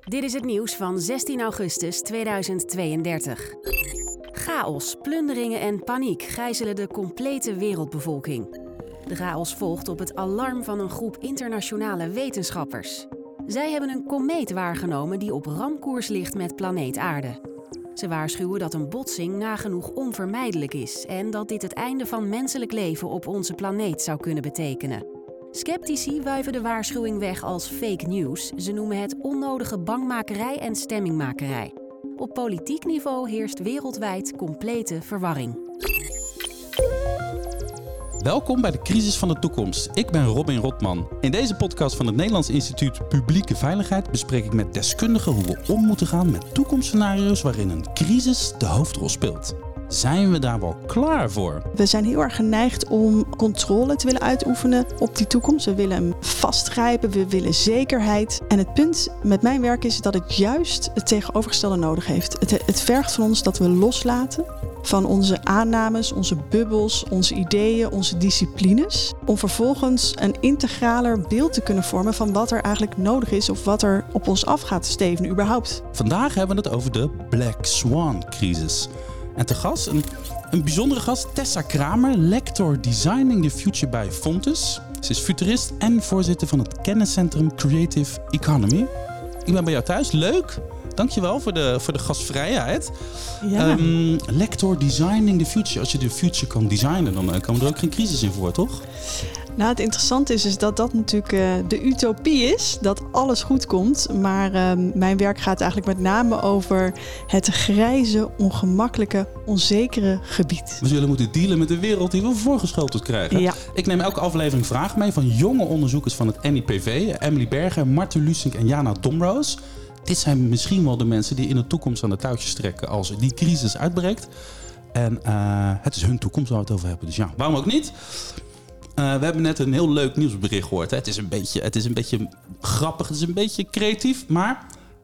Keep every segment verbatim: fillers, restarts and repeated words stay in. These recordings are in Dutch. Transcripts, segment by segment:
Dit is het nieuws van zestien augustus tweeduizend tweeëndertig. Chaos, plunderingen en paniek gijzelen de complete wereldbevolking. De chaos volgt op het alarm van een groep internationale wetenschappers. Zij hebben een komeet waargenomen die op ramkoers ligt met planeet Aarde. Ze waarschuwen dat een botsing nagenoeg onvermijdelijk is en dat dit het einde van menselijk leven op onze planeet zou kunnen betekenen. Sceptici wuiven de waarschuwing weg als fake news. Ze noemen het onnodige bangmakerij en stemmingmakerij. Op politiek niveau heerst wereldwijd complete verwarring. Welkom bij de Crisis van de Toekomst. Ik ben Robin Rotman. In deze podcast van het Nederlands Instituut Publieke Veiligheid bespreek ik met deskundigen hoe we om moeten gaan met toekomstscenario's waarin een crisis de hoofdrol speelt. Zijn we daar wel klaar voor? We zijn heel erg geneigd om controle te willen uitoefenen op die toekomst. We willen hem vastgrijpen, we willen zekerheid. En het punt met mijn werk is dat het juist het tegenovergestelde nodig heeft. Het, het vergt van ons dat we loslaten van onze aannames, onze bubbels, onze ideeën, onze disciplines. Om vervolgens een integraler beeld te kunnen vormen van wat er eigenlijk nodig is of wat er op ons af gaat stevenen überhaupt. Vandaag hebben we het over de Black Swan-crisis. En te gast, een, een bijzondere gast, Tessa Kramer, lector Designing the Future bij Fontes. Ze is futurist en voorzitter van het kenniscentrum Creative Economy. Ik ben bij jou thuis, leuk. Dankjewel voor de, voor de gastvrijheid. Ja. Um, lector Designing the Future. Als je de future kan designen, dan uh, komen er ook geen crisis in voor, toch? Nou, het interessante is, is dat dat natuurlijk uh, de utopie is, dat alles goed komt. Maar uh, mijn werk gaat eigenlijk met name over het grijze, ongemakkelijke, onzekere gebied. We zullen moeten dealen met de wereld die we voorgeschoteld krijgen. Ja. Ik neem elke aflevering vragen mee van jonge onderzoekers van het N I P V. Emily Berger, Marten Lusink en Jana Domroos. Dit zijn misschien wel de mensen die in de toekomst aan de touwtjes trekken als die crisis uitbreekt. En uh, het is hun toekomst waar we het over hebben. Dus ja, waarom ook niet? Uh, we hebben net een heel leuk nieuwsbericht gehoord. Hè. Het is een beetje, het is een beetje grappig, het is een beetje creatief. Maar,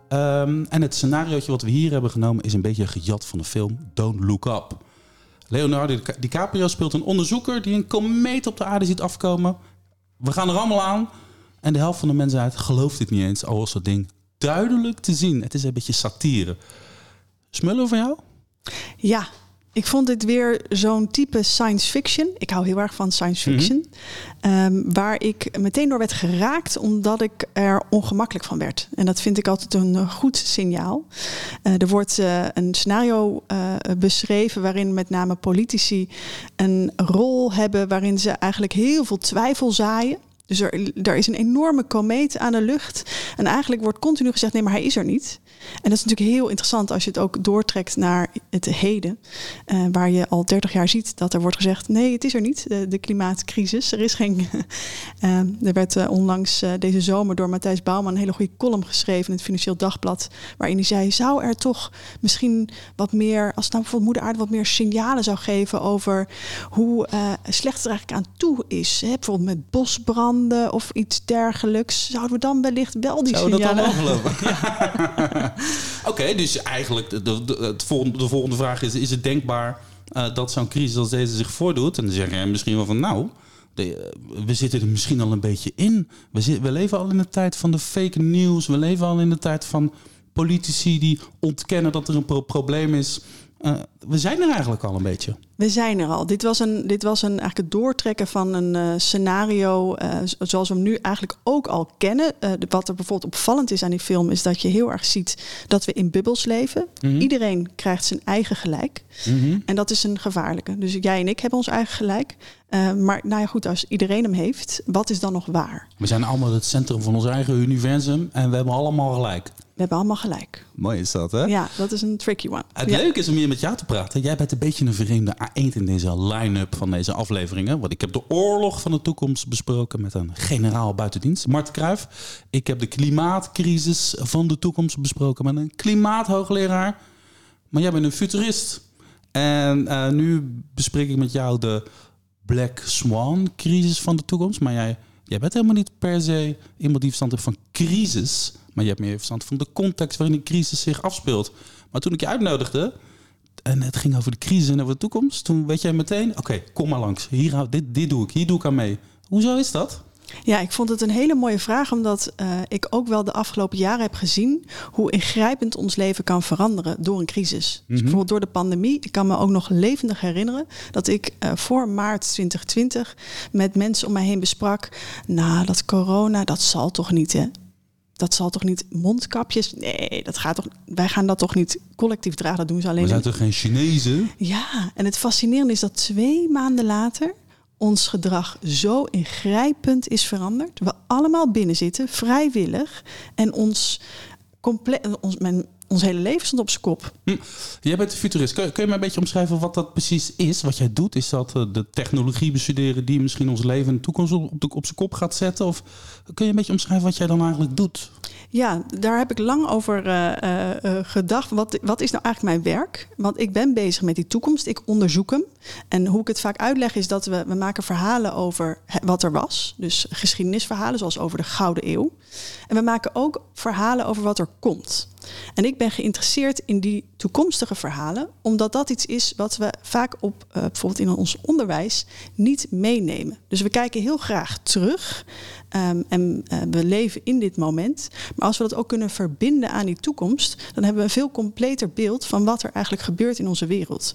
um, en het scenariootje wat we hier hebben genomen is een beetje gejat van de film Don't Look Up. Leonardo DiCaprio speelt een onderzoeker die een komeet op de aarde ziet afkomen. We gaan er allemaal aan. En de helft van de mensheid gelooft dit niet eens, al was dat ding duidelijk te zien. Het is een beetje satire. Smullen van jou? Ja, ik vond dit weer zo'n type science fiction. Ik hou heel erg van science fiction. Mm-hmm. Um, waar ik meteen door werd geraakt omdat ik er ongemakkelijk van werd. En dat vind ik altijd een goed signaal. Uh, er wordt uh, een scenario uh, beschreven waarin met name politici een rol hebben waarin ze eigenlijk heel veel twijfel zaaien. Dus er, er is een enorme komeet aan de lucht. En eigenlijk wordt continu gezegd, nee, maar hij is er niet. En dat is natuurlijk heel interessant als je het ook doortrekt naar het heden. Uh, waar je al dertig jaar ziet dat er wordt gezegd, nee, het is er niet, de, de klimaatcrisis. Er is geen... uh, er werd uh, onlangs uh, deze zomer door Matthijs Bouwman een hele goede column geschreven in het Financieel Dagblad. Waarin hij zei, zou er toch misschien wat meer, als het nou bijvoorbeeld Moeder Aarde wat meer signalen zou geven over hoe uh, slecht het er eigenlijk aan toe is. Hè? Bijvoorbeeld met bosbranden of iets dergelijks. Zouden we dan wellicht wel die Zou signalen... Zou dat dan wel geloven? Ja. Oké, okay, dus eigenlijk de, de, de, het volgende, de volgende vraag is... is het denkbaar uh, dat zo'n crisis als deze zich voordoet? En dan zeg je misschien wel van... nou, de, uh, we zitten er misschien al een beetje in. We, zit, we leven al in de tijd van de fake news. We leven al in de tijd van politici die ontkennen dat er een pro- probleem is... Uh, we zijn er eigenlijk al een beetje. We zijn er al. Dit was een, dit was een eigenlijk het doortrekken van een uh, scenario uh, zoals we hem nu eigenlijk ook al kennen. Uh, wat er bijvoorbeeld opvallend is aan die film is dat je heel erg ziet dat we in bubbels leven. Mm-hmm. Iedereen krijgt zijn eigen gelijk. Mm-hmm. En dat is een gevaarlijke. Dus jij en ik hebben ons eigen gelijk. Uh, maar nou ja, goed, als iedereen hem heeft, wat is dan nog waar? We zijn allemaal het centrum van ons eigen universum en we hebben allemaal gelijk. We hebben allemaal gelijk. Mooi is dat, hè? Ja, dat is een tricky one. Het ja. leuke is om hier met jou te praten. Jij bent een beetje een vreemde A eend in deze line-up van deze afleveringen. Want ik heb de oorlog van de toekomst besproken met een generaal buitendienst, Mart Kruijf. Ik heb de klimaatcrisis van de toekomst besproken met een klimaathoogleraar. Maar jij bent een futurist. En uh, nu bespreek ik met jou de Black Swan-crisis van de toekomst. Maar jij, jij bent helemaal niet per se iemand die verstand heeft van crisis... Maar je hebt meer verstand van de context waarin die crisis zich afspeelt. Maar toen ik je uitnodigde en het ging over de crisis en over de toekomst, toen weet jij meteen, oké, okay, kom maar langs. Hier, dit, dit doe ik, hier doe ik aan mee. Hoezo is dat? Ja, ik vond het een hele mooie vraag, omdat uh, ik ook wel de afgelopen jaren heb gezien hoe ingrijpend ons leven kan veranderen door een crisis. Mm-hmm. Dus bijvoorbeeld door de pandemie. Ik kan me ook nog levendig herinneren dat ik uh, voor maart twintig twintig met mensen om mij heen besprak. Nou, dat corona, dat zal toch niet, hè? Dat zal toch niet mondkapjes? Nee, dat gaat toch. Wij gaan dat toch niet collectief dragen. Dat doen ze alleen. We zijn in... toch geen Chinezen? Ja, en het fascinerende is dat twee maanden later ons gedrag zo ingrijpend is veranderd. We allemaal binnen zitten, vrijwillig. En ons, comple- ons, mijn, ons hele leven stond op zijn kop. Hm. Jij bent een futurist. Kun je, kun je me een beetje omschrijven wat dat precies is? Wat jij doet? Is dat de technologie bestuderen die misschien ons leven in de toekomst op, de, op zijn kop gaat zetten? Of kun je een beetje omschrijven wat jij dan eigenlijk doet? Ja, daar heb ik lang over uh, uh, gedacht. Wat, wat is nou eigenlijk mijn werk? Want ik ben bezig met die toekomst. Ik onderzoek hem. En hoe ik het vaak uitleg is dat we, we maken verhalen over wat er was. Dus geschiedenisverhalen zoals over de Gouden Eeuw. En we maken ook verhalen over wat er komt. En ik ben geïnteresseerd in die toekomstige verhalen, omdat dat iets is wat we vaak op uh, bijvoorbeeld in ons onderwijs niet meenemen. Dus we kijken heel graag terug um, en uh, we leven in dit moment. Maar als we dat ook kunnen verbinden aan die toekomst, dan hebben we een veel completer beeld van wat er eigenlijk gebeurt in onze wereld.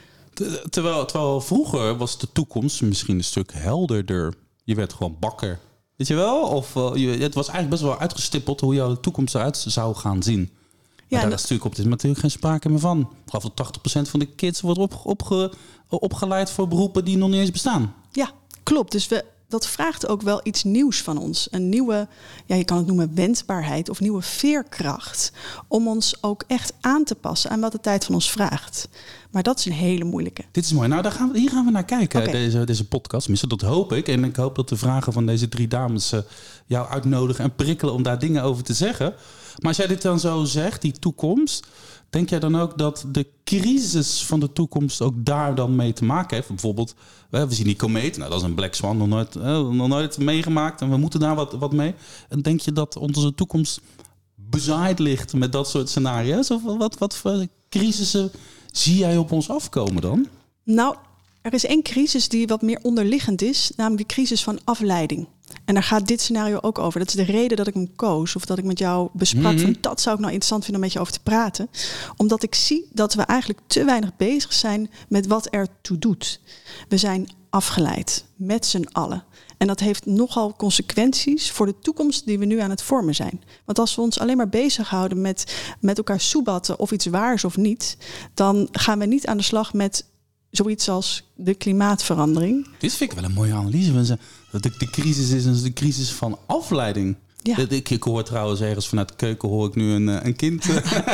Terwijl, terwijl vroeger was de toekomst misschien een stuk helderder. Je werd gewoon bakker. Weet je wel? Of uh, je, het was eigenlijk best wel uitgestippeld hoe jouw toekomst eruit zou gaan zien. Maar ja, daar is natuurlijk op dit moment natuurlijk geen sprake meer van. Ik geloof dat tachtig procent van de kids wordt op, opge, opgeleid voor beroepen die nog niet eens bestaan. Ja, klopt. Dus we, dat vraagt ook wel iets nieuws van ons. Een nieuwe, ja, je kan het noemen wendbaarheid of nieuwe veerkracht. Om ons ook echt aan te passen aan wat de tijd van ons vraagt. Maar dat is een hele moeilijke. Dit is mooi. Nou, daar gaan we, hier gaan we naar kijken, okay. deze, deze podcast. Tenminste, dat hoop ik. En ik hoop dat de vragen van deze drie dames uh, jou uitnodigen en prikkelen om daar dingen over te zeggen. Maar als jij dit dan zo zegt, die toekomst, denk jij dan ook dat de crisis van de toekomst ook daar dan mee te maken heeft? Bijvoorbeeld, we zien die komeet, nou dat is een Black Swan, nog nooit, eh, nog nooit meegemaakt en we moeten daar wat, wat mee. En denk je dat onze toekomst bezaaid ligt met dat soort scenario's? Of wat, wat voor crisissen zie jij op ons afkomen dan? Nou, er is één crisis die wat meer onderliggend is, namelijk de crisis van afleiding. En daar gaat dit scenario ook over. Dat is de reden dat ik hem koos of dat ik met jou besprak. Mm-hmm. Van, dat zou ik nou interessant vinden om met je over te praten. Omdat ik zie dat we eigenlijk te weinig bezig zijn met wat ertoe doet. We zijn afgeleid, met z'n allen. En dat heeft nogal consequenties voor de toekomst die we nu aan het vormen zijn. Want als we ons alleen maar bezighouden met, met elkaar soebatten of iets waars of niet, dan gaan we niet aan de slag met zoiets als de klimaatverandering. Dit vind ik wel een mooie analyse. De, de crisis is een crisis van afleiding. Ja. Ik, ik hoor trouwens ergens vanuit de keuken hoor ik nu een, een kind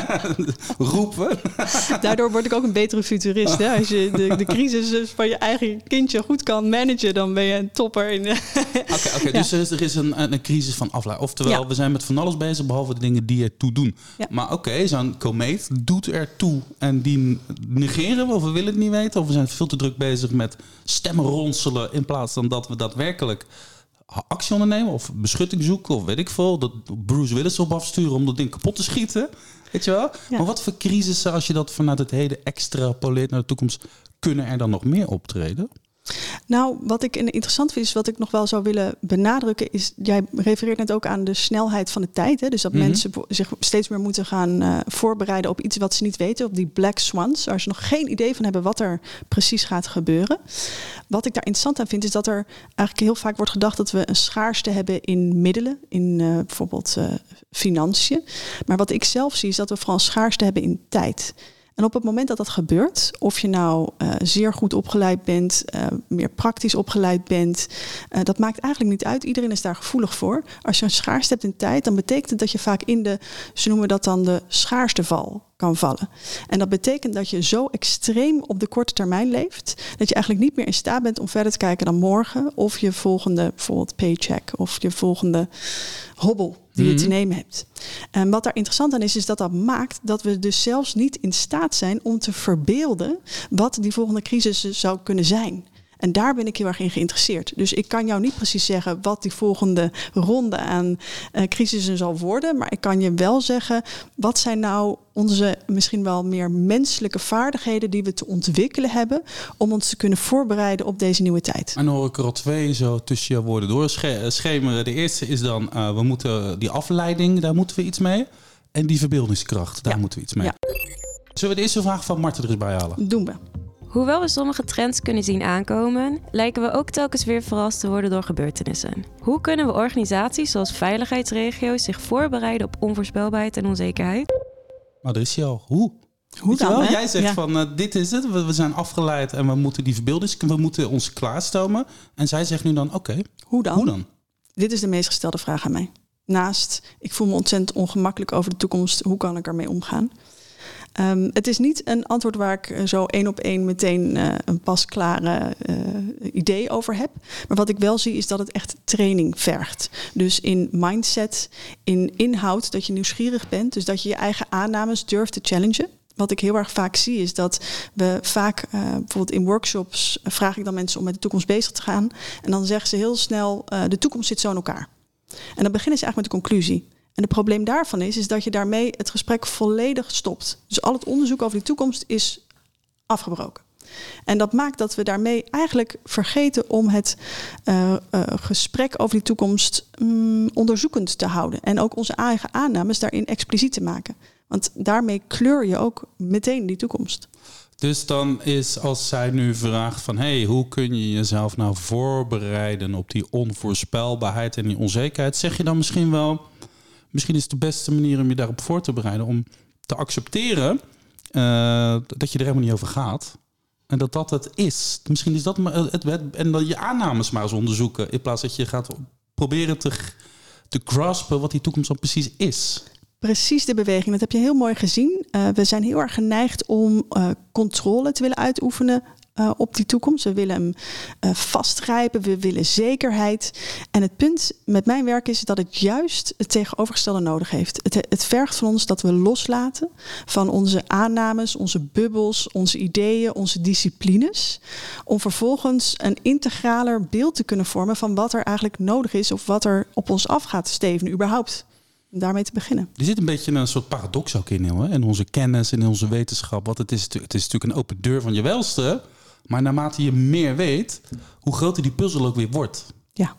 roepen. Daardoor word ik ook een betere futurist. Hè? Als je de, de crisis van je eigen kindje goed kan managen, dan ben je een topper. Oké, okay, okay, ja. Dus er is een, een crisis van afleiding. Oftewel, ja. we zijn met van alles bezig, behalve de dingen die ertoe doen. Ja. Maar oké, okay, zo'n komeet doet ertoe. En die negeren we, of we willen het niet weten. Of we zijn veel te druk bezig met stemmen ronselen, in plaats van dat we daadwerkelijk actie ondernemen of beschutting zoeken of weet ik veel. Dat Bruce Willis op afsturen om dat ding kapot te schieten. Weet je wel? Ja. Maar wat voor crisissen, als je dat vanuit het heden extrapoleert naar de toekomst, kunnen er dan nog meer optreden? Nou, wat ik interessant vind is wat ik nog wel zou willen benadrukken is, jij refereert net ook aan de snelheid van de tijd. Hè? Dus dat mm-hmm. mensen zich steeds meer moeten gaan uh, voorbereiden op iets wat ze niet weten, op die black swans, waar ze nog geen idee van hebben wat er precies gaat gebeuren. Wat ik daar interessant aan vind is dat er eigenlijk heel vaak wordt gedacht dat we een schaarste hebben in middelen, in uh, bijvoorbeeld uh, financiën. Maar wat ik zelf zie is dat we vooral een schaarste hebben in tijd. En op het moment dat dat gebeurt, of je nou uh, zeer goed opgeleid bent, uh, meer praktisch opgeleid bent, uh, dat maakt eigenlijk niet uit. Iedereen is daar gevoelig voor. Als je een schaarste hebt in tijd, dan betekent het dat je vaak in de, ze noemen dat dan de schaarsteval kan vallen. En dat betekent dat je zo extreem op de korte termijn leeft, dat je eigenlijk niet meer in staat bent om verder te kijken dan morgen, of je volgende bijvoorbeeld paycheck, of je volgende hobbel die je te nemen hebt. En wat daar interessant aan is, is dat dat maakt dat we dus zelfs niet in staat zijn om te verbeelden wat die volgende crisis zou kunnen zijn. En daar ben ik heel erg in geïnteresseerd. Dus ik kan jou niet precies zeggen wat die volgende ronde aan uh, crisissen zal worden. Maar ik kan je wel zeggen, wat zijn nou onze misschien wel meer menselijke vaardigheden die we te ontwikkelen hebben om ons te kunnen voorbereiden op deze nieuwe tijd. En dan hoor ik er al twee zo tussen je woorden doorschemeren. De eerste is dan, uh, we moeten die afleiding, daar moeten we iets mee. En die verbeeldingskracht, daar ja. moeten we iets mee. Ja. Zullen we de eerste vraag van Marten er eens bij halen? Doen we. Hoewel we sommige trends kunnen zien aankomen, lijken we ook telkens weer verrast te worden door gebeurtenissen. Hoe kunnen we organisaties zoals veiligheidsregio's zich voorbereiden op onvoorspelbaarheid en onzekerheid? Maar er is hij al. Hoe? Hoe dan? Wel? Jij zegt ja. van, uh, dit is het, we, we zijn afgeleid en we moeten die verbeeldings, we moeten ons klaarstomen. En zij zegt nu dan, oké, okay, hoe dan? Hoe dan? Dit is de meest gestelde vraag aan mij. Naast, ik voel me ontzettend ongemakkelijk over de toekomst, hoe kan ik ermee omgaan? Um, het is niet een antwoord waar ik zo één op één meteen uh, een pasklare uh, idee over heb. Maar wat ik wel zie is dat het echt training vergt. Dus in mindset, in inhoud, dat je nieuwsgierig bent. Dus dat je je eigen aannames durft te challengen. Wat ik heel erg vaak zie is dat we vaak, uh, bijvoorbeeld in workshops, uh, vraag ik dan mensen om met de toekomst bezig te gaan. En dan zeggen ze heel snel, uh, de toekomst zit zo in elkaar. En dan beginnen ze eigenlijk met de conclusie. En het probleem daarvan is, is dat je daarmee het gesprek volledig stopt. Dus al het onderzoek over die toekomst is afgebroken. En dat maakt dat we daarmee eigenlijk vergeten om het uh, uh, gesprek over die toekomst um, onderzoekend te houden. En ook onze eigen aannames daarin expliciet te maken. Want daarmee kleur je ook meteen die toekomst. Dus dan is, als zij nu vraagt van, hey, hoe kun je jezelf nou voorbereiden op die onvoorspelbaarheid en die onzekerheid, zeg je dan misschien wel, misschien is het de beste manier om je daarop voor te bereiden, om te accepteren uh, dat je er helemaal niet over gaat. En dat dat het is. Misschien is dat het, het en dan je aannames maar eens onderzoeken, in plaats dat je gaat proberen te, te graspen wat die toekomst dan precies is. Precies de beweging, dat heb je heel mooi gezien. Uh, we zijn heel erg geneigd om uh, controle te willen uitoefenen uh, op die toekomst. We willen hem uh, vastgrijpen, we willen zekerheid. En het punt met mijn werk is dat het juist het tegenovergestelde nodig heeft. Het, het vergt van ons dat we loslaten van onze aannames, onze bubbels, onze ideeën, onze disciplines. Om vervolgens een integraler beeld te kunnen vormen van wat er eigenlijk nodig is of wat er op ons af gaat stevenen überhaupt. Om daarmee te beginnen. Er zit een beetje een soort paradox ook in, hè? In onze kennis en in onze wetenschap. Want het is, het is natuurlijk een open deur van je welste. Maar naarmate je meer weet, hoe groter die puzzel ook weer wordt. Ja.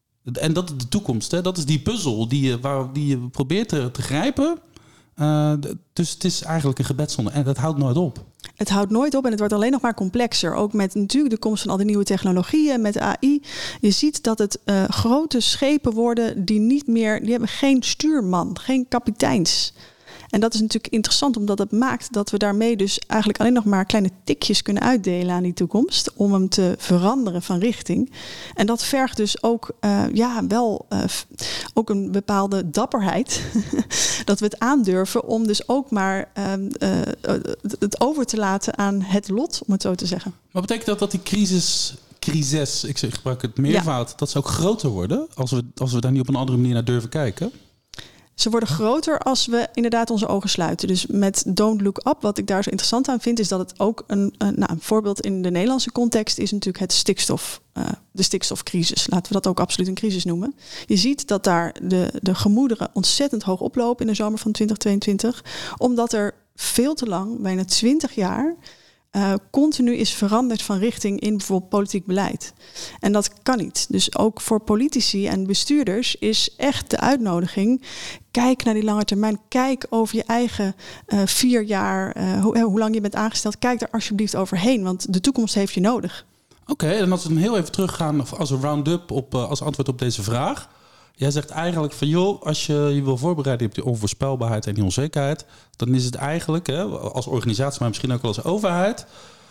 En dat is de toekomst. Hè? Dat is die puzzel die je, waar, die je probeert te, te grijpen. Uh, dus het is eigenlijk een gebedszonde. En dat houdt nooit op. Het houdt nooit op en het wordt alleen nog maar complexer. Ook met natuurlijk de komst van al die nieuwe technologieën, met A I. Je ziet dat het uh, grote schepen worden die niet meer, die hebben geen stuurman, geen kapiteins. En dat is natuurlijk interessant, omdat het maakt dat we daarmee dus eigenlijk alleen nog maar kleine tikjes kunnen uitdelen aan die toekomst. Om hem te veranderen van richting. En dat vergt dus ook uh, ja, wel uh, ook een bepaalde dapperheid. Dat we het aandurven om dus ook maar uh, uh, het over te laten aan het lot, om het zo te zeggen. Maar betekent dat dat die crisis, crisis, ik gebruik het meervoud, ja. dat ze ook groter worden als we, als we daar niet op een andere manier naar durven kijken? Ze worden groter als we inderdaad onze ogen sluiten. Dus met Don't Look Up, wat ik daar zo interessant aan vind, is dat het ook een, een, nou, een voorbeeld in de Nederlandse context is natuurlijk het stikstof, uh, de stikstofcrisis. Laten we dat ook absoluut een crisis noemen. Je ziet dat daar de, de gemoederen ontzettend hoog oplopen in de zomer van twintig tweeëntwintig, omdat er veel te lang, bijna twintig jaar, Uh, continu is veranderd van richting in bijvoorbeeld politiek beleid. En dat kan niet. Dus ook voor politici en bestuurders is echt de uitnodiging, kijk naar die lange termijn. Kijk over je eigen uh, vier jaar, uh, hoe, hoe lang je bent aangesteld. Kijk er alsjeblieft overheen, want de toekomst heeft je nodig. Oké, okay, en als we dan heel even teruggaan als een round-up op, uh, als antwoord op deze vraag. Jij zegt eigenlijk van, joh, als je je wil voorbereiden op die onvoorspelbaarheid en die onzekerheid, dan is het eigenlijk, hè, als organisatie, maar misschien ook wel als overheid,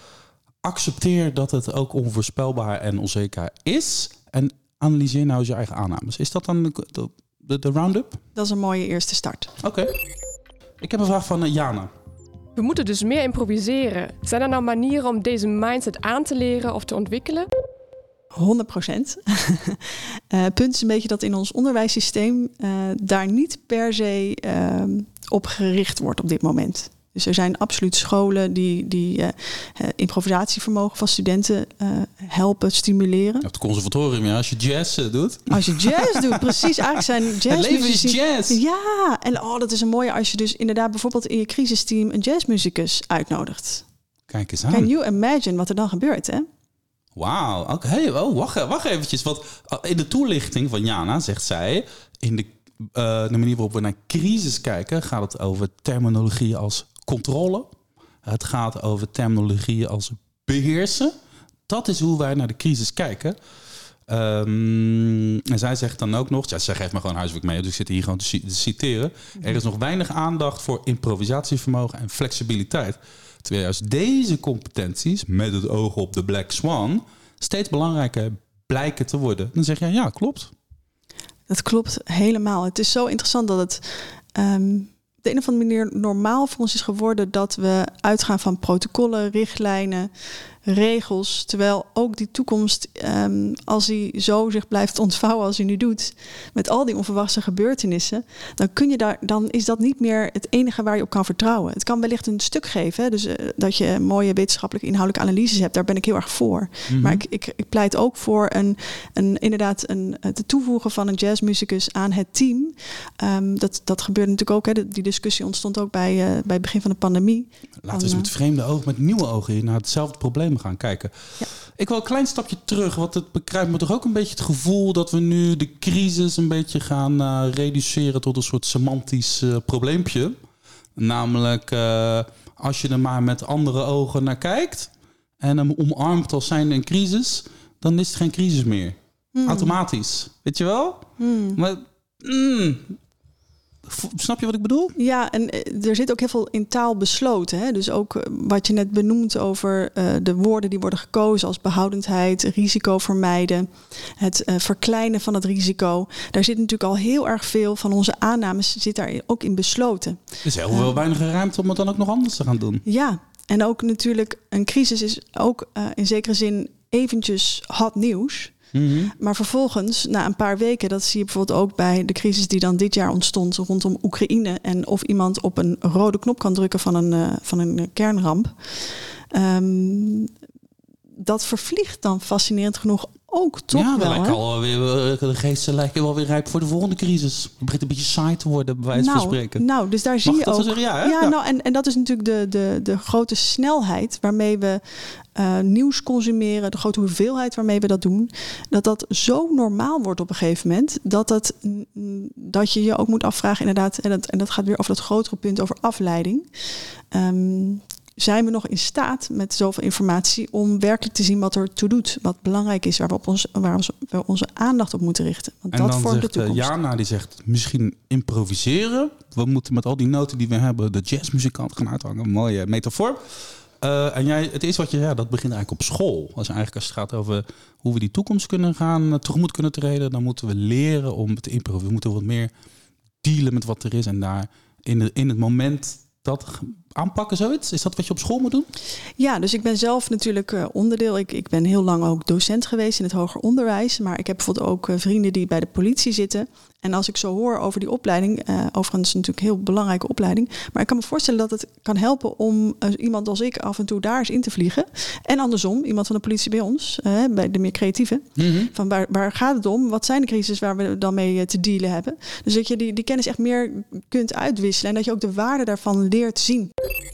accepteer dat het ook onvoorspelbaar en onzeker is en analyseer nou eens je eigen aannames. Is dat dan de, de, de round-up? Dat is een mooie eerste start. Oké. Okay. Ik heb een vraag van uh, Jana. We moeten dus meer improviseren. Zijn er nou manieren om deze mindset aan te leren of te ontwikkelen? honderd procent. uh, punt is een beetje dat in ons onderwijssysteem uh, daar niet per se uh, op gericht wordt op dit moment. Dus er zijn absoluut scholen die, die uh, improvisatievermogen van studenten uh, helpen stimuleren. Het conservatorium, ja, als je jazz uh, doet. Als je jazz doet, precies. Eigenlijk zijn jazz. Het leven is jazz. Ja, en oh, dat is een mooie als je dus inderdaad bijvoorbeeld in je crisisteam een jazzmuzikus uitnodigt. Kijk eens aan. Can you imagine wat er dan gebeurt, hè? Wauw, oké. Okay. Oh, wacht, wacht eventjes. Want in de toelichting van Jana zegt zij, in de, uh, de manier waarop we naar crisis kijken, gaat het over terminologie als controle. Het gaat over terminologie als beheersen. Dat is hoe wij naar de crisis kijken. Um, en zij zegt dan ook nog, ja, zij geeft me gewoon huiswerk mee, dus ik zit hier gewoon te citeren. Er is nog weinig aandacht voor improvisatievermogen en flexibiliteit. Terwijl juist deze competenties, met het oog op de Black Swan, steeds belangrijker blijken te worden. Dan zeg je, ja, klopt. Dat klopt helemaal. Het is zo interessant dat het um, op de een of andere manier normaal voor ons is geworden dat we uitgaan van protocollen, richtlijnen, regels. Terwijl ook die toekomst, um, als die zo zich blijft ontvouwen als hij nu doet, met al die onverwachte gebeurtenissen, dan kun je daar, dan is dat niet meer het enige waar je op kan vertrouwen. Het kan wellicht een stuk geven, hè? Dus uh, dat je mooie wetenschappelijke inhoudelijke analyses hebt, daar ben ik heel erg voor. Mm-hmm. Maar ik, ik, ik pleit ook voor een, een inderdaad een, het toevoegen van een jazzmuzikus aan het team. Um, dat, dat gebeurde natuurlijk ook. Hè? Die discussie ontstond ook bij, uh, bij het begin van de pandemie. Laten we eens met vreemde ogen, met nieuwe ogen hier naar hetzelfde probleem gaan kijken. Ja. Ik wil een klein stapje terug, want het bekruipt me toch ook een beetje het gevoel dat we nu de crisis een beetje gaan uh, reduceren tot een soort semantisch uh, probleempje. Namelijk, uh, als je er maar met andere ogen naar kijkt en hem omarmt als zijnde een crisis, dan is het geen crisis meer. Hmm. Automatisch. Weet je wel? Hmm. Maar... Mm, snap je wat ik bedoel? Ja, en er zit ook heel veel in taal besloten. Hè? Dus ook wat je net benoemt over uh, de woorden die worden gekozen als behoudendheid, risico vermijden, het uh, verkleinen van het risico. Daar zit natuurlijk al heel erg veel van onze aannames zit daar ook in besloten. Er is heel veel uh, weinige ruimte om het dan ook nog anders te gaan doen. Ja, en ook natuurlijk een crisis is ook uh, in zekere zin eventjes hot nieuws. Mm-hmm. Maar vervolgens, na een paar weken, dat zie je bijvoorbeeld ook bij de crisis die dan dit jaar ontstond rondom Oekraïne en of iemand op een rode knop kan drukken van een, uh, van een kernramp. Um, dat vervliegt dan fascinerend genoeg ook toch ja, wel. Ja, alweer, de geesten lijken wel weer rijp voor de volgende crisis. Het begint een beetje saai te worden, bij wijze nou, van spreken. Nou, dus daar zie Mag je ook. Zeggen, ja, hè? ja, ja. Nou, en, en dat is natuurlijk de, de, de grote snelheid waarmee we uh, nieuws consumeren, de grote hoeveelheid waarmee we dat doen, dat dat zo normaal wordt op een gegeven moment, dat, dat, dat je je ook moet afvragen, inderdaad, en dat, en dat gaat weer over dat grotere punt over afleiding. Um, Zijn we nog in staat met zoveel informatie om werkelijk te zien wat er toe doet, wat belangrijk is, waar we, op ons, waar we onze aandacht op moeten richten? Want en dat dan vormt zegt de toekomst. Jana, die zegt misschien improviseren. We moeten met al die noten die we hebben de jazzmuzikant gaan uithangen. Mooie metafoor. Uh, en jij, het is wat je ja, dat begint eigenlijk op school. Als eigenlijk als het gaat over hoe we die toekomst kunnen gaan, tegemoet kunnen treden, dan moeten we leren om te improviseren. We moeten wat meer dealen met wat er is en daar in, de, in het moment dat aanpakken, zoiets? Is dat wat je op school moet doen? Ja, dus ik ben zelf natuurlijk uh, onderdeel. Ik, ik ben heel lang ook docent geweest in het hoger onderwijs. Maar ik heb bijvoorbeeld ook uh, vrienden die bij de politie zitten. En als ik zo hoor over die opleiding, uh, overigens natuurlijk een heel belangrijke opleiding. Maar ik kan me voorstellen dat het kan helpen om uh, iemand als ik af en toe daar eens in te vliegen. En andersom, iemand van de politie bij ons, uh, bij de meer creatieve. Mm-hmm. Van waar, waar gaat het om? Wat zijn de crises waar we dan mee uh, te dealen hebben? Dus dat je die, die kennis echt meer kunt uitwisselen. En dat je ook de waarde daarvan leert zien.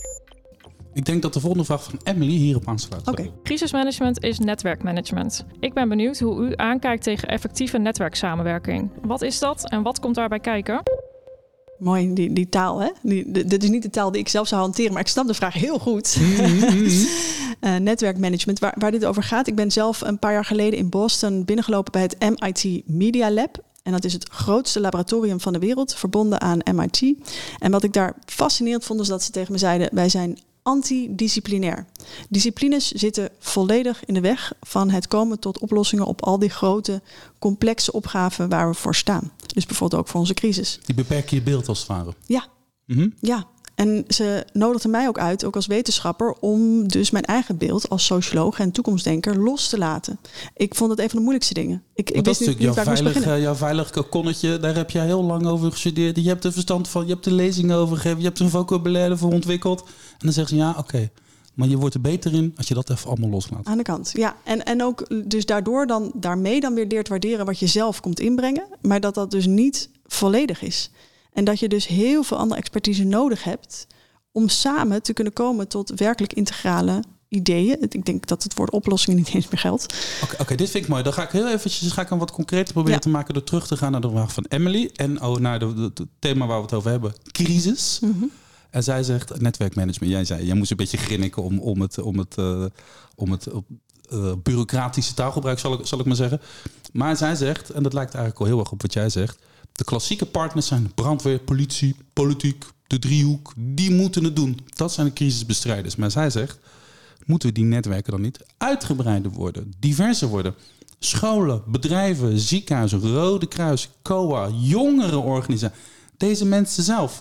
Ik denk dat de volgende vraag van Emily hierop aansluit. Okay. Crisismanagement is netwerkmanagement. Ik ben benieuwd hoe u aankijkt tegen effectieve netwerksamenwerking. Wat is dat en wat komt daarbij kijken? Mooi, die, die taal, hè? Die, de, dit is niet de taal die ik zelf zou hanteren, maar ik snap de vraag heel goed. Mm-hmm. uh, netwerkmanagement, waar, waar dit over gaat. Ik ben zelf een paar jaar geleden in Boston binnengelopen bij het M I T Media Lab. En dat is het grootste laboratorium van de wereld, verbonden aan M I T. En wat ik daar fascinerend vond, is dat ze tegen me zeiden, wij zijn antidisciplinair. Disciplines zitten volledig in de weg van het komen tot oplossingen op al die grote, complexe opgaven waar we voor staan. Dus bijvoorbeeld ook voor onze crisis. Die beperken je beeld als het ware. Ja, mm-hmm. ja. En ze nodigden mij ook uit, ook als wetenschapper, om dus mijn eigen beeld als socioloog en toekomstdenker los te laten. Ik vond het een van de moeilijkste dingen. Ik, ik dat wist is niet, niet waar ik moest beginnen. Veilig, jouw veilig kokonnetje, daar heb jij heel lang over gestudeerd. Je hebt er verstand van, je hebt er lezingen over gegeven, je hebt er een vocabulaire voor ontwikkeld. En dan zeggen ze, ja, oké. Okay. Maar je wordt er beter in als je dat even allemaal loslaat. Aan de kant, ja. En, en ook dus daardoor dan daarmee dan weer leert waarderen wat je zelf komt inbrengen. Maar dat dat dus niet volledig is. En dat je dus heel veel andere expertise nodig hebt om samen te kunnen komen tot werkelijk integrale ideeën. Ik denk dat het woord oplossingen niet eens meer geldt. Oké, okay, okay, dit vind ik mooi. Dan ga ik heel eventjes ga ik een wat concreter proberen ja. te maken door terug te gaan naar de vraag van Emily. En oh, naar het thema waar we het over hebben. Crisis. Mm-hmm. En zij zegt netwerkmanagement. Jij zei, jij moest een beetje grinniken om, om het, om het, uh, om het uh, bureaucratische taalgebruik, zal ik, zal ik maar zeggen. Maar zij zegt, en dat lijkt eigenlijk al heel erg op wat jij zegt, de klassieke partners zijn brandweer, politie, politiek, de driehoek. Die moeten het doen. Dat zijn de crisisbestrijders. Maar zij zegt, moeten die netwerken dan niet uitgebreider worden, diverser worden? Scholen, bedrijven, ziekenhuizen, Rode Kruis, C O A, jongerenorganisaties. Deze mensen zelf.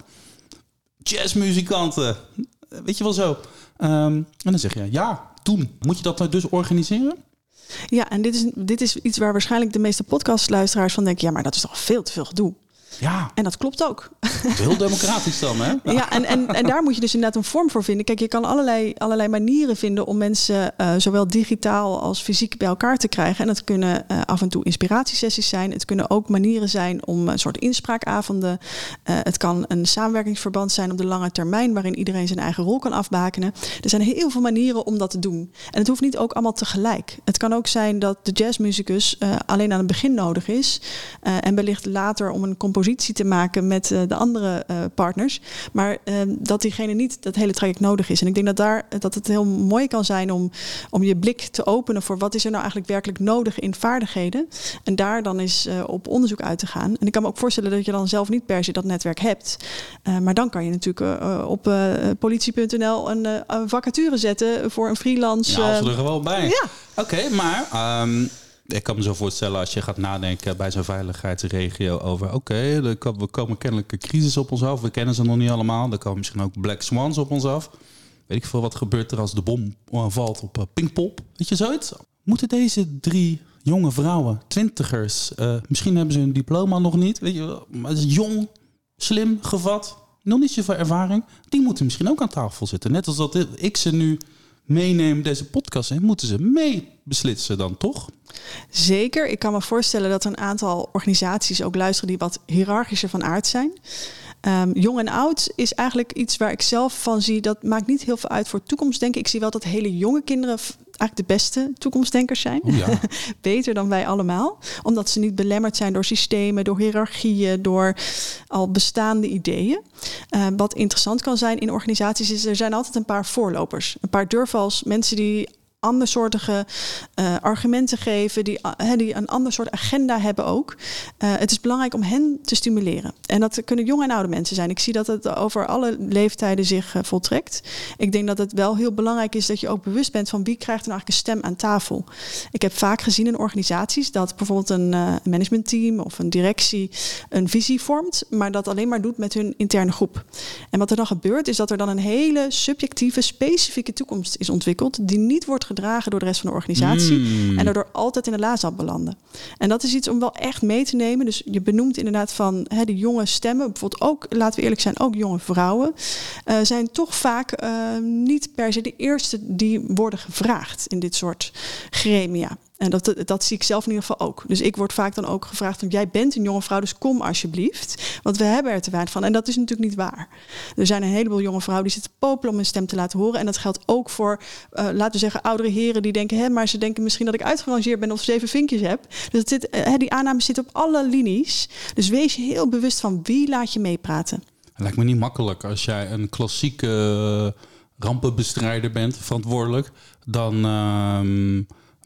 Jazzmuzikanten. Weet je wel zo. Um, en dan zeg je, ja, toen. Moet je dat dus organiseren? Ja, en dit is, dit is iets waar waarschijnlijk de meeste podcastluisteraars van denken, ja, maar dat is toch veel te veel gedoe. Ja. En dat klopt ook. Heel democratisch dan, hè? Ja, en, en, en daar moet je dus inderdaad een vorm voor vinden. Kijk, je kan allerlei, allerlei manieren vinden om mensen uh, zowel digitaal als fysiek bij elkaar te krijgen. En dat kunnen uh, af en toe inspiratiesessies zijn. Het kunnen ook manieren zijn om een soort inspraakavonden. Uh, het kan een samenwerkingsverband zijn op de lange termijn, waarin iedereen zijn eigen rol kan afbakenen. Er zijn heel veel manieren om dat te doen. En het hoeft niet ook allemaal tegelijk. Het kan ook zijn dat de jazzmuzikus uh, alleen aan het begin nodig is. Uh, en wellicht later om een compositie te maken met uh, de andere uh, partners. Maar uh, dat diegene niet dat hele traject nodig is. En ik denk dat daar dat het heel mooi kan zijn om, om je blik te openen voor wat is er nou eigenlijk werkelijk nodig in vaardigheden. En daar dan eens uh, op onderzoek uit te gaan. En ik kan me ook voorstellen dat je dan zelf niet per se dat netwerk hebt. Uh, maar dan kan je natuurlijk uh, op uh, politie punt n l een, uh, een vacature zetten voor een freelance. Ja, als we er gewoon bij. Ja. Oké, okay, maar Um... ik kan me zo voorstellen als je gaat nadenken bij zo'n veiligheidsregio over, oké, okay, we komen kennelijk een crisis op ons af. We kennen ze nog niet allemaal. Er komen misschien ook black swans op ons af. Weet ik veel wat gebeurt er als de bom valt op uh, Pinkpop. Weet je zoiets? Moeten deze drie jonge vrouwen, twintigers, uh, misschien hebben ze hun diploma nog niet. Weet je, maar het is jong, slim, gevat, nog niet zoveel ervaring. Die moeten misschien ook aan tafel zitten. Net als dat ik ze nu meeneem deze podcast in, moeten ze mee beslissen dan, toch? Zeker. Ik kan me voorstellen dat er een aantal organisaties ook luisteren die wat hiërarchischer van aard zijn. Um, jong en oud is eigenlijk iets waar ik zelf van zie, dat maakt niet heel veel uit voor toekomstdenken. Ik zie wel dat hele jonge kinderen eigenlijk de beste toekomstdenkers zijn. Oh ja. Beter dan wij allemaal. Omdat ze niet belemmerd zijn door systemen, door hiërarchieën, door al bestaande ideeën. Uh, wat interessant kan zijn in organisaties is, er zijn altijd een paar voorlopers. Een paar durvals, mensen die andersoortige uh, argumenten geven, die, uh, die een ander soort agenda hebben ook. Uh, het is belangrijk om hen te stimuleren. En dat kunnen jonge en oude mensen zijn. Ik zie dat het over alle leeftijden zich uh, voltrekt. Ik denk dat het wel heel belangrijk is dat je ook bewust bent van wie krijgt er nou eigenlijk een stem aan tafel. Ik heb vaak gezien in organisaties dat bijvoorbeeld een uh, managementteam of een directie een visie vormt, maar dat alleen maar doet met hun interne groep. En wat er dan gebeurt is dat er dan een hele subjectieve, specifieke toekomst is ontwikkeld die niet wordt gedragen door de rest van de organisatie mm. en daardoor altijd in de lazap belanden. En dat is iets om wel echt mee te nemen. Dus je benoemt inderdaad van hè, de jonge stemmen, bijvoorbeeld ook, laten we eerlijk zijn, ook jonge vrouwen, uh, zijn toch vaak uh, niet per se de eerste die worden gevraagd in dit soort gremia. En dat, dat zie ik zelf in ieder geval ook. Dus ik word vaak dan ook gevraagd, van, jij bent een jonge vrouw, dus kom alsjeblieft. Want we hebben er te weinig van. En dat is natuurlijk niet waar. Er zijn een heleboel jonge vrouwen die zitten popelen om hun stem te laten horen. En dat geldt ook voor, uh, laten we zeggen, oudere heren die denken, hè, maar ze denken misschien dat ik uitgerangeerd ben of zeven vinkjes heb. Dus het zit, uh, die aanname zit op alle linies. Dus wees je heel bewust van wie laat je meepraten. Het lijkt me niet makkelijk als jij een klassieke rampenbestrijder bent, verantwoordelijk. Dan Uh,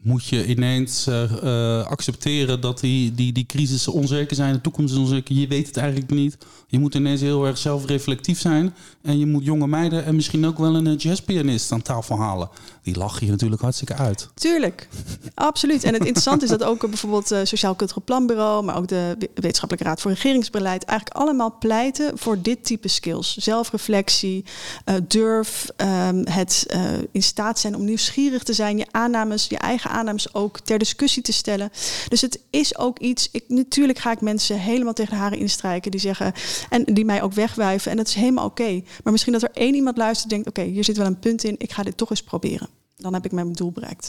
Moet je ineens uh, uh, accepteren dat die, die, die crisissen onzeker zijn, de toekomst is onzeker, je weet het eigenlijk niet. Je moet ineens heel erg zelfreflectief zijn en je moet jonge meiden en misschien ook wel een jazzpianist aan tafel halen. Die lachen je natuurlijk hartstikke uit. Tuurlijk, absoluut. En het interessante is dat ook bijvoorbeeld het Sociaal Cultureel Planbureau, maar ook de Wetenschappelijke Raad voor Regeringsbeleid eigenlijk allemaal pleiten voor dit type skills. Zelfreflectie, uh, durf, um, het uh, in staat zijn om nieuwsgierig te zijn, je aannames, je eigen aannames ook ter discussie te stellen. Dus het is ook iets, ik, natuurlijk ga ik mensen helemaal tegen de haren instrijken die zeggen, en die mij ook wegwuiven. En dat is helemaal oké. Okay. Maar misschien dat er één iemand luistert en denkt, oké, okay, hier zit wel een punt in, ik ga dit toch eens proberen. Dan heb ik mijn doel bereikt.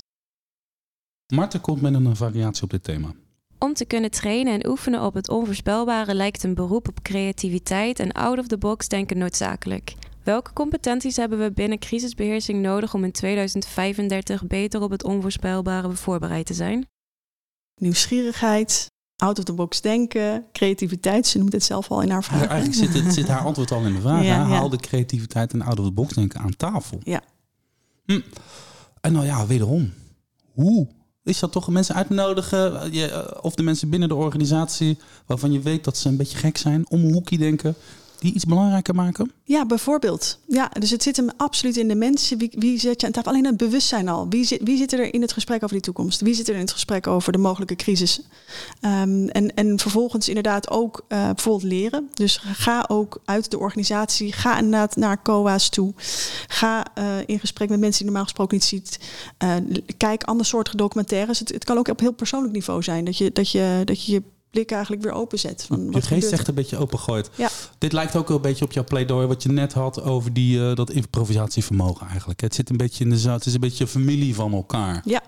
Marten komt met een variatie op dit thema. Om te kunnen trainen en oefenen op het onvoorspelbare lijkt een beroep op creativiteit en out-of-the-box denken noodzakelijk. Welke competenties hebben we binnen crisisbeheersing nodig om in tweeduizend vijfendertig beter op het onvoorspelbare voorbereid te zijn? Nieuwsgierigheid, out-of-the-box denken, creativiteit. Ze noemt het zelf al in haar vraag. Ja, eigenlijk zit, het, zit haar antwoord al in de vraag. Ja, Haal ja. de creativiteit en out-of-the-box denken aan tafel. Ja. Hm. En nou ja, wederom. Hoe? Is dat toch mensen uitnodigen? Je, of de mensen binnen de organisatie waarvan je weet dat ze een beetje gek zijn, om een hoekje denken, die iets belangrijker maken? Ja, bijvoorbeeld. Ja, dus het zit hem absoluut in de mensen. Wie, wie zet je aan tafel? Alleen het bewustzijn al. Wie zit, wie zit er in het gesprek over die toekomst? Wie zit er in het gesprek over de mogelijke crisis? Um, en, en vervolgens inderdaad ook uh, bijvoorbeeld leren. Dus ga ook uit de organisatie. Ga inderdaad naar C O A's toe. Ga uh, in gesprek met mensen die je normaal gesproken niet ziet. Uh, kijk ander soorten documentaires. Het, het kan ook op heel persoonlijk niveau zijn. Dat je dat je, dat je, je blik eigenlijk weer openzet. Van je wat geest er? echt een beetje opengooit. Ja. Dit lijkt ook wel een beetje op jouw pleidooi wat je net had over die, uh, dat improvisatievermogen eigenlijk. Het zit een beetje in de zaad. Het is een beetje familie van elkaar. Ja.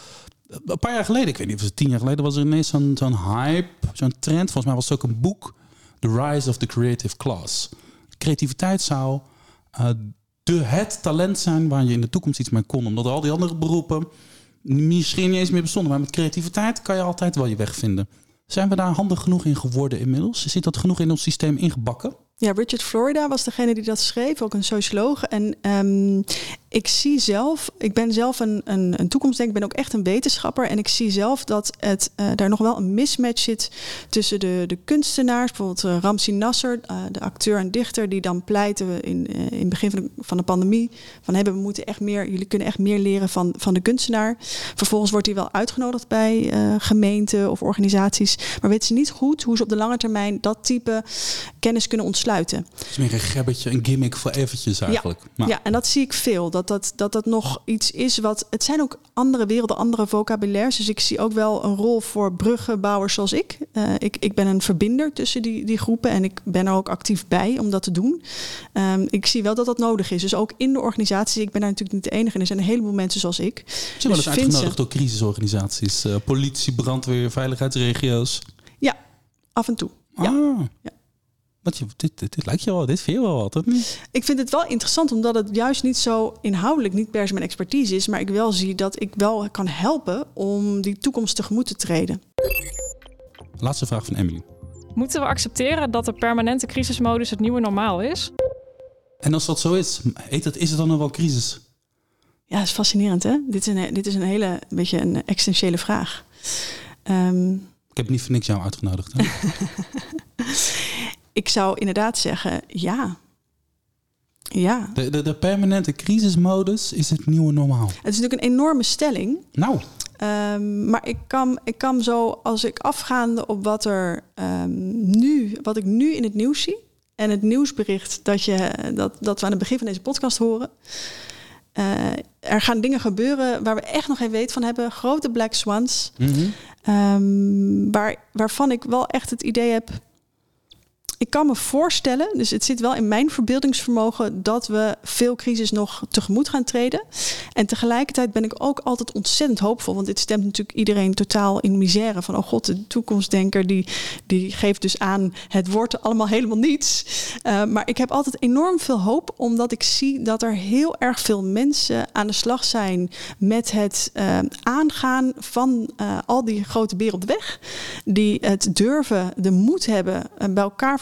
Een paar jaar geleden, ik weet niet of het tien jaar geleden was er ineens zo'n, zo'n hype, zo'n trend. Volgens mij was het ook een boek, The Rise of the Creative Class. Creativiteit zou uh, de, het talent zijn waar je in de toekomst iets mee kon. Omdat al die andere beroepen misschien niet eens meer bestonden. Maar met creativiteit kan je altijd wel je weg vinden. Zijn we daar handig genoeg in geworden inmiddels? Zit dat genoeg in ons systeem ingebakken? Ja, Richard Florida was degene die dat schreef, ook een socioloog. En um, ik zie zelf, ik ben zelf een, een, een toekomstdenker, ik ben ook echt een wetenschapper. En ik zie zelf dat het, uh, daar nog wel een mismatch zit tussen de, de kunstenaars. Bijvoorbeeld uh, Ramzi Nasser, uh, de acteur en dichter, die dan pleiten in, uh, in het begin van de, van de pandemie. Van hey, we moeten echt meer, jullie kunnen echt meer leren van, van de kunstenaar. Vervolgens wordt hij wel uitgenodigd bij uh, gemeenten of organisaties. Maar weten ze niet goed hoe ze op de lange termijn dat type kennis kunnen ontsluiten. Het is meer een gebbetje, een gimmick voor eventjes eigenlijk. Ja, maar. ja, en dat zie ik veel. Dat dat, dat dat nog iets is wat... Het zijn ook andere werelden, andere vocabulaires. Dus ik zie ook wel een rol voor bruggenbouwers zoals ik. Uh, ik, ik ben een verbinder tussen die, die groepen. En ik ben er ook actief bij om dat te doen. Um, ik zie wel dat dat nodig is. Dus ook in de organisatie. Ik ben daar natuurlijk niet de enige. En er zijn een heleboel mensen zoals ik. Zijn dus wel eens uitgenodigd door crisisorganisaties? Uh, politie, brandweer, veiligheidsregio's? Ja, af en toe. Ja. Ah. Ja. Wat je, dit, dit, dit lijkt je wel, dit vind je wel wat, of niet? Ik vind het wel interessant, omdat het juist niet zo inhoudelijk, niet per se mijn expertise is, maar ik wel zie dat ik wel kan helpen om die toekomst tegemoet te treden. Laatste vraag van Emily. Moeten we accepteren dat de permanente crisismodus het nieuwe normaal is? En als dat zo is, heet het, is het dan nog wel crisis? Ja, dat is fascinerend, hè? Dit is een, dit is een hele, een beetje een existentiële vraag. Um, ik heb niet voor niks jou uitgenodigd, hè? Ik zou inderdaad zeggen, ja. Ja. De, de, de permanente crisismodus is het nieuwe normaal. Het is natuurlijk een enorme stelling. Nou. Um, maar ik kan, ik kan zo, als ik afgaande op wat er um, nu, wat ik nu in het nieuws zie. En het nieuwsbericht dat, je, dat, dat we aan het begin van deze podcast horen. Uh, er gaan dingen gebeuren waar we echt nog geen weet van hebben. Grote black swans. Mm-hmm. Um, waar, waarvan ik wel echt het idee heb. Ik kan me voorstellen, dus het zit wel in mijn verbeeldingsvermogen, dat we veel crisis nog tegemoet gaan treden. En tegelijkertijd ben ik ook altijd ontzettend hoopvol, want dit stemt natuurlijk iedereen totaal in misère. Van, oh god, de toekomstdenker die, die geeft dus aan, het wordt allemaal helemaal niets. Uh, maar ik heb altijd enorm veel hoop, omdat ik zie dat er heel erg veel mensen aan de slag zijn met het uh, aangaan van uh, al die grote beren op de weg. Die het durven, de moed hebben, uh, bij elkaar verzamelen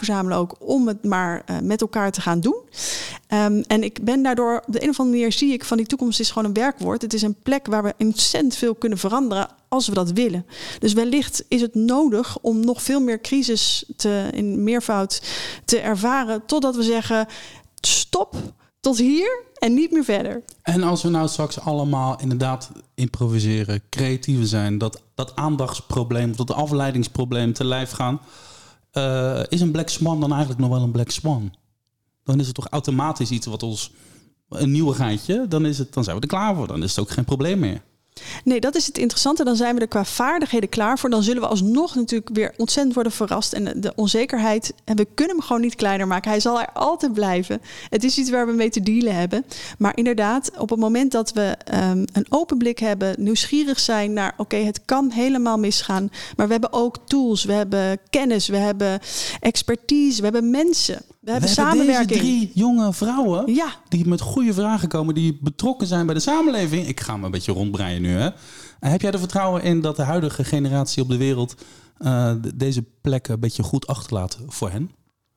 verzamelen ook om het maar uh, met elkaar te gaan doen. Um, en ik ben daardoor, op de een of andere manier zie ik van die toekomst is gewoon een werkwoord. Het is een plek waar we ontzettend veel kunnen veranderen als we dat willen. Dus wellicht is het nodig om nog veel meer crisis te, in meervoud te ervaren, totdat we zeggen, stop, tot hier en niet meer verder. En als we nou straks allemaal inderdaad improviseren, creatiever zijn, dat, dat aandachtsprobleem, dat afleidingsprobleem te lijf gaan, uh, is een Black Swan dan eigenlijk nog wel een Black Swan? Dan is het toch automatisch iets wat ons, een nieuwigheidje, dan, is het, dan zijn we er klaar voor. Dan is het ook geen probleem meer. Nee, dat is het interessante. Dan zijn we er qua vaardigheden klaar voor. Dan zullen we alsnog natuurlijk weer ontzettend worden verrast. En de onzekerheid, en we kunnen hem gewoon niet kleiner maken. Hij zal er altijd blijven. Het is iets waar we mee te dealen hebben. Maar inderdaad, op het moment dat we um, een open blik hebben, nieuwsgierig zijn naar, oké, okay, het kan helemaal misgaan. Maar we hebben ook tools, we hebben kennis, we hebben expertise, we hebben mensen. We hebben, we hebben samenwerking. Deze drie jonge vrouwen, ja, die met goede vragen komen, die betrokken zijn bij de samenleving. Ik ga me een beetje rondbreien nu. Hè? En heb jij er vertrouwen in dat de huidige generatie op de wereld uh, deze plekken een beetje goed achterlaat voor hen?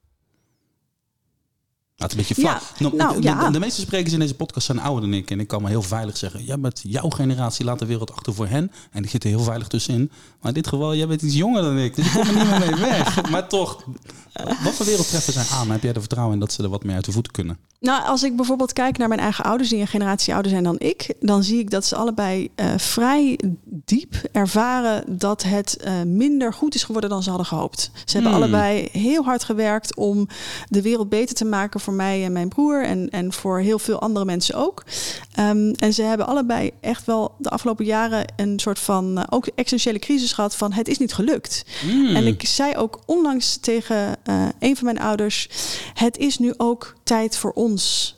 Nou, het is een beetje flauw. Ja, nou, nou, de, ja. de, de meeste sprekers in deze podcast zijn ouder dan ik. En ik kan me heel veilig zeggen, ja, met jouw generatie laat de wereld achter voor hen. En ik zit er heel veilig tussenin. Maar in dit geval, jij bent iets jonger dan ik. Dus ik kom er niet meer mee weg. Maar toch, wat voor wereldtreffen zijn aan? Heb jij er vertrouwen in dat ze er wat meer uit de voeten kunnen? Nou, als ik bijvoorbeeld kijk naar mijn eigen ouders, die een generatie ouder zijn dan ik, dan zie ik dat ze allebei uh, vrij diep ervaren dat het uh, minder goed is geworden dan ze hadden gehoopt. Ze hebben hmm. allebei heel hard gewerkt om de wereld beter te maken voor mij en mijn broer en, en voor heel veel andere mensen ook. Um, en ze hebben allebei echt wel de afgelopen jaren een soort van uh, ook existentiële crisis gehad van het is niet gelukt. Hmm. En ik zei ook onlangs tegen uh, een van mijn ouders, het is nu ook tijd voor ons.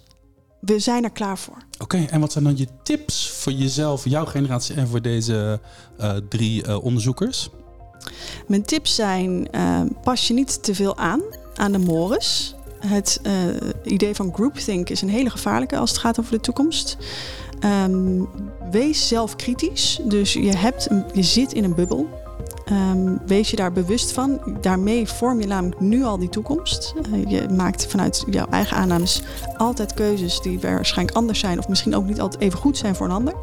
We zijn er klaar voor. Oké, okay, en wat zijn dan je tips voor jezelf, jouw generatie en voor deze uh, drie uh, onderzoekers? Mijn tips zijn, uh, pas je niet te veel aan, aan de mores. Het uh, idee van groupthink is een hele gevaarlijke als het gaat over de toekomst. Um, wees zelfkritisch, dus je, hebt een, je zit in een bubbel. Um, wees je daar bewust van. Daarmee vorm je namelijk nu al die toekomst. Uh, je maakt vanuit jouw eigen aannames altijd keuzes die waarschijnlijk anders zijn of misschien ook niet altijd even goed zijn voor een ander.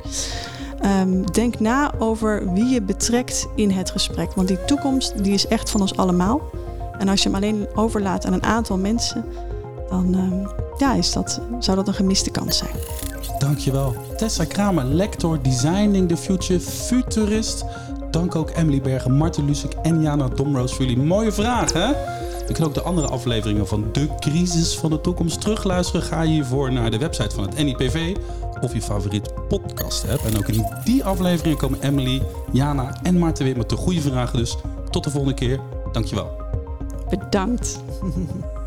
Um, denk na over wie je betrekt in het gesprek. Want die toekomst die is echt van ons allemaal. En als je hem alleen overlaat aan een aantal mensen, dan um, ja, is dat, zou dat een gemiste kans zijn. Dankjewel. Tessa Kramer, lector Designing the Future, futurist. Dank ook Emily Bergen, Marten Lusink en Jana Domroos voor jullie mooie vragen. Je kunt ook de andere afleveringen van De Crisis van de Toekomst terugluisteren. Ga hiervoor naar de website van het N I P V of je favoriet podcast app. En ook in die afleveringen komen Emily, Jana en Marten weer met de goede vragen. Dus tot de volgende keer. Dankjewel. Bedankt.